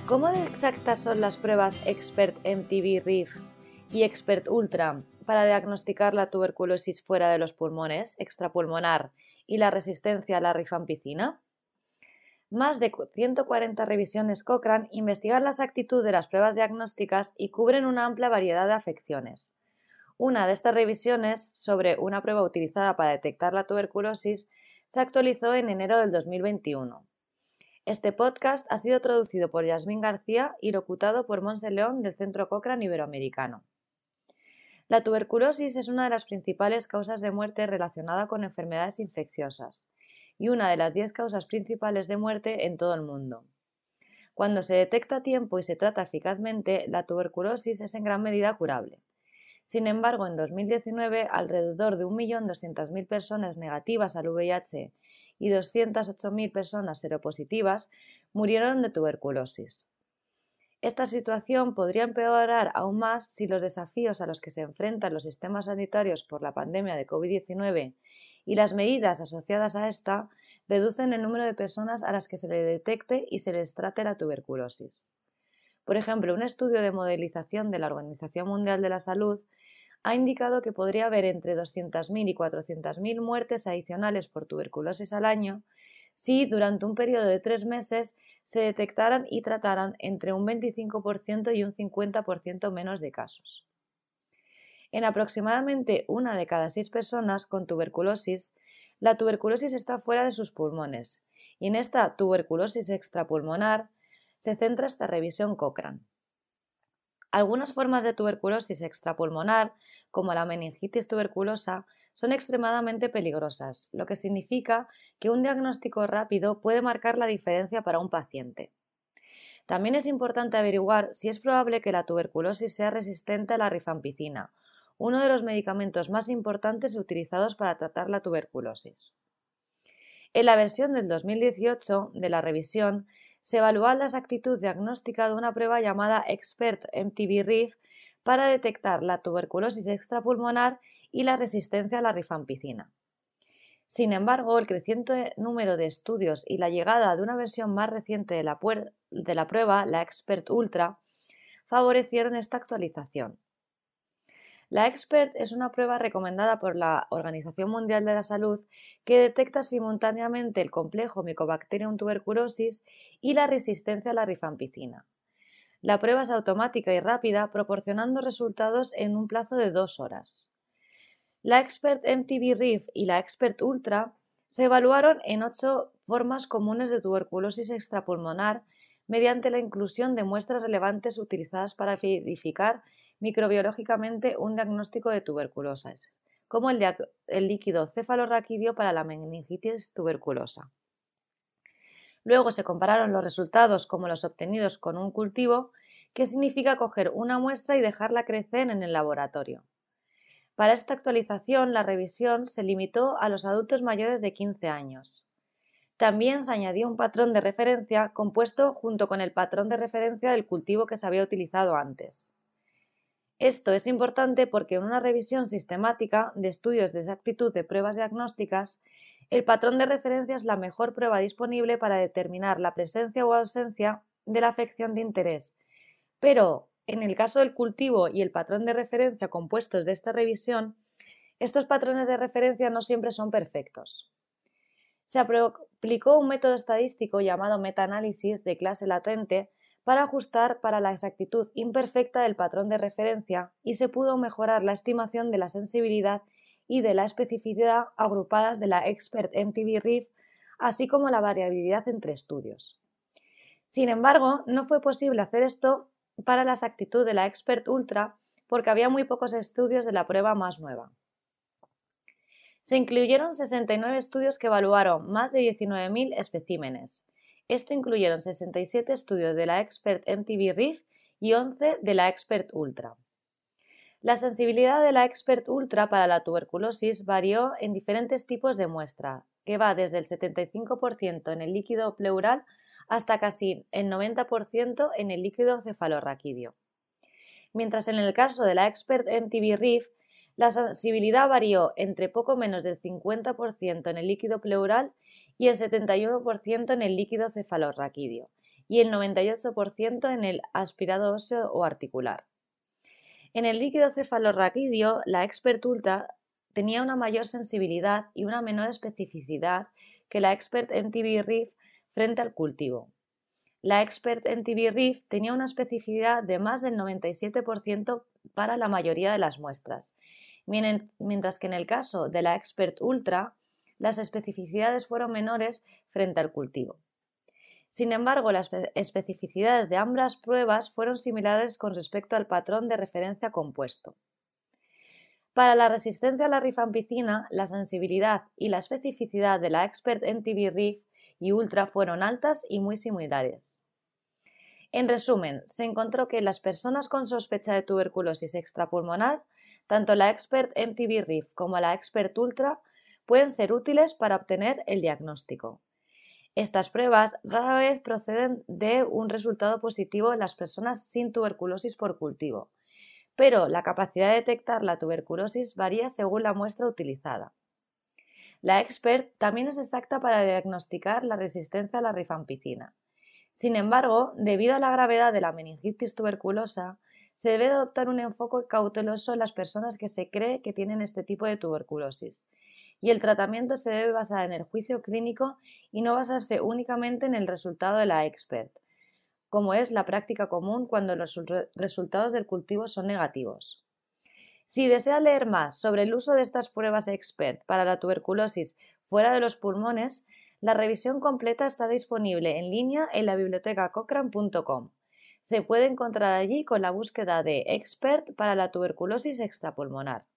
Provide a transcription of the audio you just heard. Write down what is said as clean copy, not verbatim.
¿Cómo de exactas son las pruebas Expert MTB-RIF y Expert Ultra para diagnosticar la tuberculosis fuera de los pulmones, extrapulmonar, y la resistencia a la rifampicina? Más de 140 revisiones Cochrane investigan la exactitud de las pruebas diagnósticas y cubren una amplia variedad de afecciones. Una de estas revisiones, sobre una prueba utilizada para detectar la tuberculosis, se actualizó en enero del 2021. Este podcast ha sido traducido por Yasmín García y locutado por Montse León del Centro Cochrane Iberoamericano. La tuberculosis es una de las principales causas de muerte relacionada con enfermedades infecciosas y una de las 10 causas principales de muerte en todo el mundo. Cuando se detecta a tiempo y se trata eficazmente, la tuberculosis es en gran medida curable. Sin embargo, en 2019, alrededor de 1.200.000 personas negativas al VIH y 208.000 personas seropositivas murieron de tuberculosis. Esta situación podría empeorar aún más si los desafíos a los que se enfrentan los sistemas sanitarios por la pandemia de COVID-19 y las medidas asociadas a esta reducen el número de personas a las que se le detecte y se les trate la tuberculosis. Por ejemplo, un estudio de modelización de la Organización Mundial de la Salud ha indicado que podría haber entre 200.000 y 400.000 muertes adicionales por tuberculosis al año si durante un periodo de 3 meses se detectaran y trataran entre un 25% y un 50% menos de casos. En aproximadamente 1 de cada 6 personas con tuberculosis, la tuberculosis está fuera de sus pulmones, y en esta tuberculosis extrapulmonar se centra esta revisión Cochrane. Algunas formas de tuberculosis extrapulmonar, como la meningitis tuberculosa, son extremadamente peligrosas, lo que significa que un diagnóstico rápido puede marcar la diferencia para un paciente. También es importante averiguar si es probable que la tuberculosis sea resistente a la rifampicina, uno de los medicamentos más importantes utilizados para tratar la tuberculosis. En la versión del 2018 de la revisión se evalúa la exactitud diagnóstica de una prueba llamada Expert MTB-RIF para detectar la tuberculosis extrapulmonar y la resistencia a la rifampicina. Sin embargo, el creciente número de estudios y la llegada de una versión más reciente de la prueba, la Expert Ultra, favorecieron esta actualización. La Expert es una prueba recomendada por la Organización Mundial de la Salud que detecta simultáneamente el complejo Mycobacterium tuberculosis y la resistencia a la rifampicina. La prueba es automática y rápida, proporcionando resultados en un plazo de 2 horas. La Expert MTB-RIF y la Expert Ultra se evaluaron en 8 formas comunes de tuberculosis extrapulmonar mediante la inclusión de muestras relevantes utilizadas para verificar microbiológicamente un diagnóstico de tuberculosis, como el líquido cefalorraquídeo para la meningitis tuberculosa. Luego se compararon los resultados como los obtenidos con un cultivo, que significa coger una muestra y dejarla crecer en el laboratorio. Para esta actualización, la revisión se limitó a los adultos mayores de 15 años. También se añadió un patrón de referencia compuesto junto con el patrón de referencia del cultivo que se había utilizado antes. Esto es importante porque en una revisión sistemática de estudios de exactitud de pruebas diagnósticas, el patrón de referencia es la mejor prueba disponible para determinar la presencia o ausencia de la afección de interés, pero en el caso del cultivo y el patrón de referencia compuestos de esta revisión, estos patrones de referencia no siempre son perfectos. Se aplicó un método estadístico llamado metaanálisis de clase latente para ajustar para la exactitud imperfecta del patrón de referencia y se pudo mejorar la estimación de la sensibilidad y de la especificidad agrupadas de la Expert MTB-RIF, así como la variabilidad entre estudios. Sin embargo, no fue posible hacer esto para la exactitud de la Expert Ultra porque había muy pocos estudios de la prueba más nueva. Se incluyeron 69 estudios que evaluaron más de 19.000 especímenes. Esto incluyeron 67 estudios de la Expert MTB-RIF y 11 de la Expert Ultra. La sensibilidad de la Expert Ultra para la tuberculosis varió en diferentes tipos de muestra, que va desde el 75% en el líquido pleural hasta casi el 90% en el líquido cefalorraquídeo. Mientras en el caso de la Expert MTB-RIF, la sensibilidad varió entre poco menos del 50% en el líquido pleural y el 71% en el líquido cefalorraquídeo, y el 98% en el aspirado óseo o articular. En el líquido cefalorraquídeo, la Expert Ultra tenía una mayor sensibilidad y una menor especificidad que la Expert MTB RIF frente al cultivo. La Expert MTB RIF tenía una especificidad de más del 97% para la mayoría de las muestras, mientras que en el caso de la Expert Ultra, las especificidades fueron menores frente al cultivo. Sin embargo, las especificidades de ambas pruebas fueron similares con respecto al patrón de referencia compuesto. Para la resistencia a la rifampicina, la sensibilidad y la especificidad de la Expert MTB RIF y Ultra fueron altas y muy similares. En resumen, se encontró que en las personas con sospecha de tuberculosis extrapulmonar, tanto la Expert MTB RIF como la Expert Ultra pueden ser útiles para obtener el diagnóstico. Estas pruebas rara vez proceden de un resultado positivo en las personas sin tuberculosis por cultivo, pero la capacidad de detectar la tuberculosis varía según la muestra utilizada. La Expert también es exacta para diagnosticar la resistencia a la rifampicina. Sin embargo, debido a la gravedad de la meningitis tuberculosa, se debe adoptar un enfoque cauteloso en las personas que se cree que tienen este tipo de tuberculosis, y el tratamiento se debe basar en el juicio clínico y no basarse únicamente en el resultado de la Expert, como es la práctica común cuando los resultados del cultivo son negativos. Si desea leer más sobre el uso de estas pruebas Expert para la tuberculosis fuera de los pulmones, la revisión completa está disponible en línea en la biblioteca cochrane.com. Se puede encontrar allí con la búsqueda de Expert para la tuberculosis extrapulmonar.